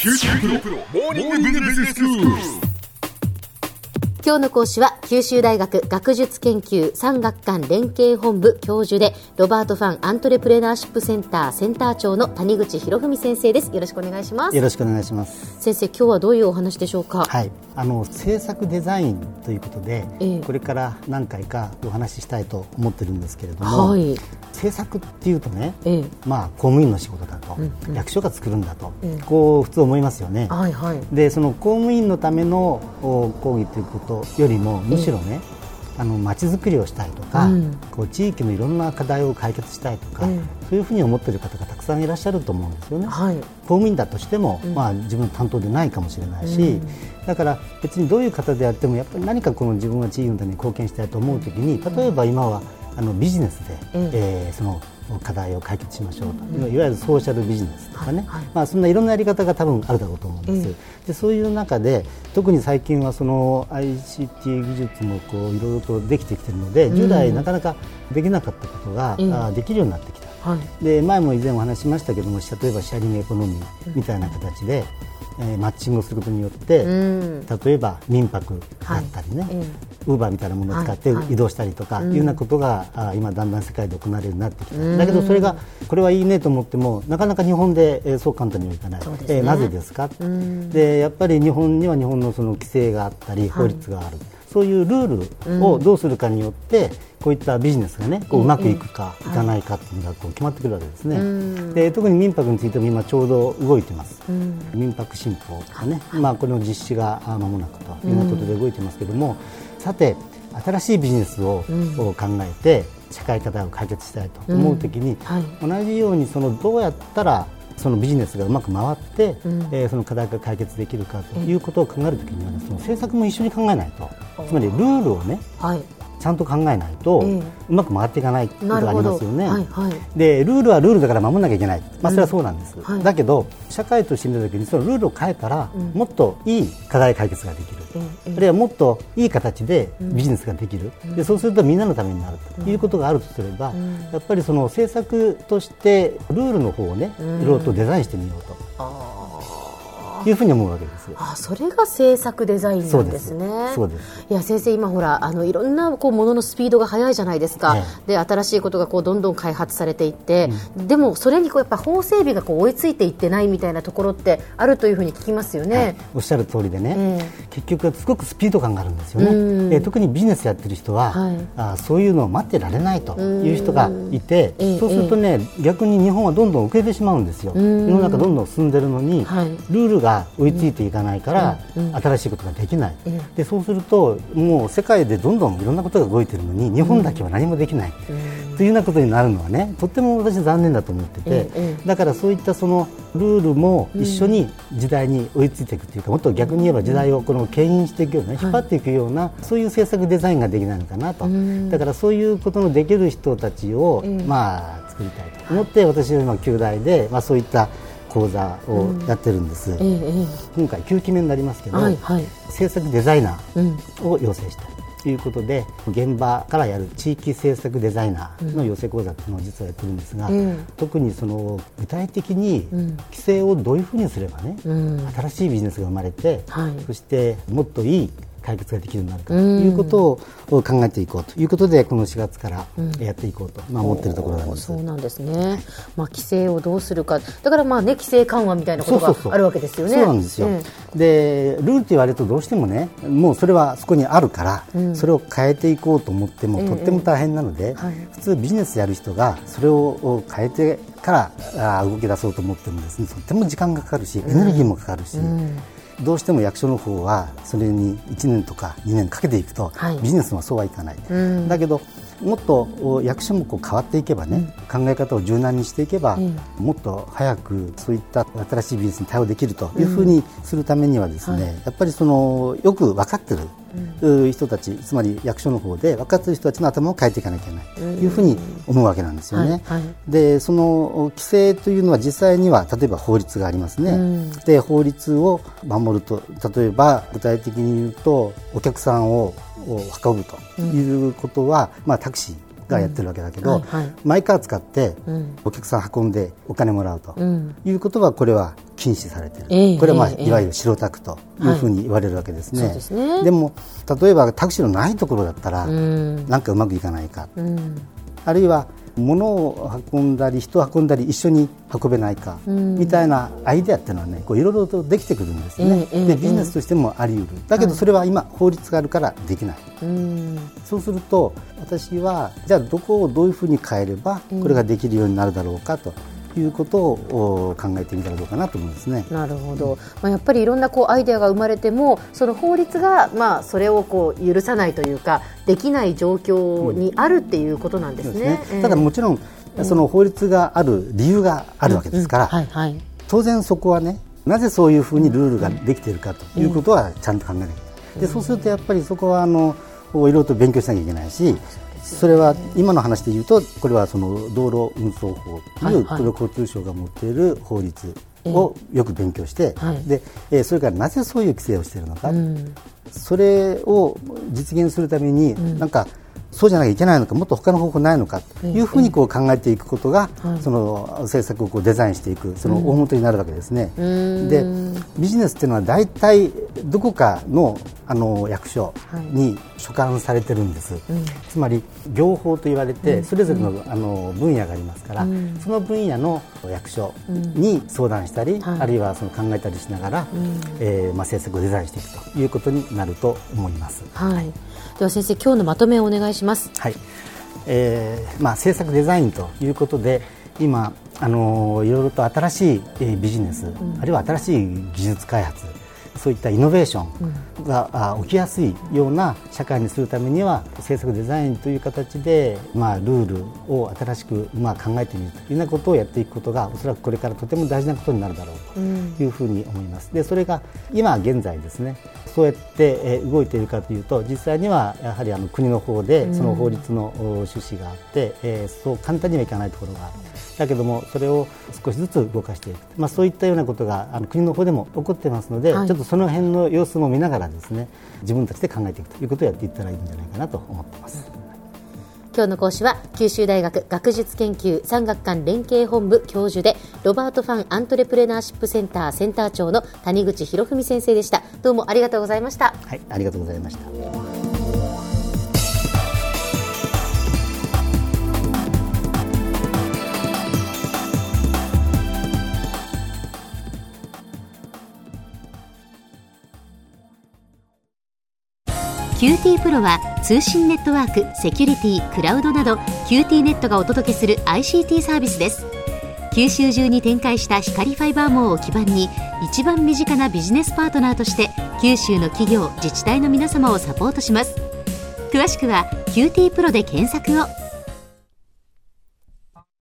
九州大学モーニングビジネススクール。 今日の講師は九州大学学術研究産学官連携本部教授でロバート・ファン・アントレプレナーシップセンターセンター長の谷口博文先生です。よろしくお願いします。 よろしくお願いします。 先生、今日はどういうお話でしょうか。 はい、制作デザインということで、これから何回かお話ししたいと思ってるんですけれども、はい、制作っていうとね、公務員の仕事だと、役所が作るんだと、こう普通思いますよね。はいはい、でその公務員のための講義ということよりもむしろね、街づくりをしたいとか、こう地域のいろんな課題を解決したいとか、そういうふうに思っている方がたくさんいらっしゃると思うんですよね。はい、公務員だとしても、自分の担当でないかもしれないし、だから別にどういう方であってもやっぱり何かこの自分は地域のために貢献したいと思うときに、例えば今はビジネスで、その課題を解決しましょうと、いわゆるソーシャルビジネスとかね、そんないろんなやり方が多分あるだろうと思うんです。でそういう中で特に最近はその ICT 技術もこういろいろとできてきているので、従来なかなかできなかったことが、できるようになってきた。で前も以前お話ししましたけども、例えばシェアリングエコノミーみたいな形で、マッチングをすることによって、例えば民泊だったりね、ウーバーみたいなものを使って移動したりとかいうようなことが、今だんだん世界で行われるようになってきた。だけどそれがこれはいいねと思ってもなかなか日本で、そう簡単にはいかない。なぜですか。でやっぱり日本には日本のその規制があったり法律がある、そういうルールをどうするかによってこういったビジネスがねこううまくいくかいかないかっていうのがこう決まってくるわけですね。で特に民泊についても今ちょうど動いてます。民泊新法とかね、これの実施が間もなくというようなことで動いてますけども、さて新しいビジネスを考えて社会課題を解決したいと思うときに、同じようにそのどうやったらそのビジネスがうまく回って、その課題が解決できるかということを考えるときには、その政策も一緒に考えないと、つまりルールをね、ちゃんと考えないと、うまく回っていかないことがありますよね。でルールはルールだから守らなきゃいけない、それはそうなんです。だけど社会として見たときにそのルールを変えたら、もっといい課題解決ができる、あるいはもっといい形でビジネスができる、でそうするとみんなのためになるということがあるとすれば、やっぱりその政策としてルールの方をね、いろいろとデザインしてみようというふうに思うわけです。 それが制作デザインなんですね。そうです。いや先生、今ほらいろんなこうもののスピードが速いじゃないですか。で新しいことがこうどんどん開発されていって、でもそれにこうやっぱ法整備がこう追いついていってないみたいなところってあるというふうに聞きますよね。 おっしゃる通りでね、結局すごくスピード感があるんですよね。特にビジネスやってる人は、そういうのを待ってられないという人がいて、そうするとね、逆に日本はどんどん遅れてしまうんですよ。世の中どんどん進んでるのに、ルールが追いついていかないから、新しいことができない。でそうするともう世界でどんどんいろんなことが動いているのに日本だけは何もできない、というようなことになるのはね、とっても私は残念だと思ってて、だからそういったそのルールも一緒に時代に追いついていくというか、もっと逆に言えば時代をこの牽引していくような、引っ張っていくような、そういう制作デザインができないのかなと。だからそういうことのできる人たちを、作りたいと思って、私は今旧大で、そういった講座をやってるんです。今回9期目になりますけど、制作デザイナーを養成したいということで、現場からやる地域制作デザイナーの養成講座というのを実はやってるんですが、特にその具体的に規制をどういうふうにすればね、新しいビジネスが生まれて、そしてもっといい解決ができるようになるかということを考えていこうということで、この4月からやっていこうと思っているところなんです。 そうなんですね。規制をどうするか、だから規制緩和みたいなことがあるわけですよね。 そうなんですよ。でルールと言われるとどうしてもね、もうそれはそこにあるから、それを変えていこうと思っても、とっても大変なので、普通ビジネスやる人がそれを変えてから動き出そうと思ってもですね、とっても時間がかかるし、エネルギーもかかるし、どうしても役所の方はそれに1年とか2年かけていくと、ビジネスもそうはいかない、だけどもっと役所もこう変わっていけばね、考え方を柔軟にしていけば、もっと早くそういった新しいビジネスに対応できるというふうにするためにはですね、やっぱりそのよく分かってる人たち、つまり役所の方で分かっている人たちの頭を変えていかなきゃいけないというふうに思うわけなんですよね。でその規制というのは実際には例えば法律がありますね。で法律を守ると、例えば具体的に言うとお客さんを運ぶということは、タクシがやってるわけだけど、マイカー使ってお客さん運んでお金もらうということは、これは禁止されている、これは、いわゆる白タクというふうに言われるわけですね。でも例えばタクシーのないところだったら、なんかうまくいかないか、あるいは物を運んだり人を運んだり一緒に運べないか、みたいなアイデアっていうのはね、いろいろとできてくるんですね。でビジネスとしてもあり得る。だけどそれは今法律があるからできない。そうすると私はじゃあどこをどういうふうに変えればこれができるようになるだろうかということを考えてみたらどうかなと思うんですね。 なるほど。やっぱりいろんなアイデアが生まれても、その法律がそれを許さないというか、できない状況にあるっていうことなんですね。 ただもちろんその法律がある理由があるわけですから、当然そこはね、なぜそういうふうにルールができているかということはちゃんと考えなきゃいけない。でそうするとやっぱりそこはいろいろと勉強しなきゃいけないし、それは今の話で言うと、これはその道路運送法という道路交通省が持っている法律をよく勉強して、でそれからなぜそういう規制をしているのか、それを実現するためになんかそうじゃなきゃいけないのか、もっと他の方法ないのかというふうに考えていくことが、その政策をデザインしていくその大元になるわけですね。でビジネスっていうのは大体どこかの役所に所管されてるんです。つまり業法と言われてそれぞれの分野がありますから、その分野の役所に相談したり、あるいはその考えたりしながら、政策をデザインしていくということになると思います。 では先生、今日のまとめをお願いします。 政策デザインということで、今いろいろと新しいビジネス、あるいは新しい技術開発、そういったイノベーションが起きやすいような社会にするためには、政策デザインという形で、ルールを新しく考えてみるというようなことをやっていくことが、おそらくこれからとても大事なことになるだろうというふうに思います。でそれが今現在ですね、そうやって動いているかというと、実際にはやはり国の方でその法律の趣旨があって、そう簡単にはいかないところがある。だけどもそれを少しずつ動かしていく、そういったようなことが国の方でも起こってますので、ちょっとその辺の様子も見ながらですね、自分たちで考えていくということをやっていったらいいんじゃないかなと思っています。 今日の講師は九州大学学術研究産学官連携本部教授で、ロバート・ファン・アントレプレナーシップセンターセンター長の谷口博文先生でした。どうもありがとうございました。 はい、ありがとうございました。 QT プロは通信ネットワーク、セキュリティ、クラウドなど QT ネットがお届けする ICT サービスです。九州中に展開した光ファイバー網を基盤に、一番身近なビジネスパートナーとして九州の企業、自治体の皆様をサポートします。詳しくは QT プロで検索を。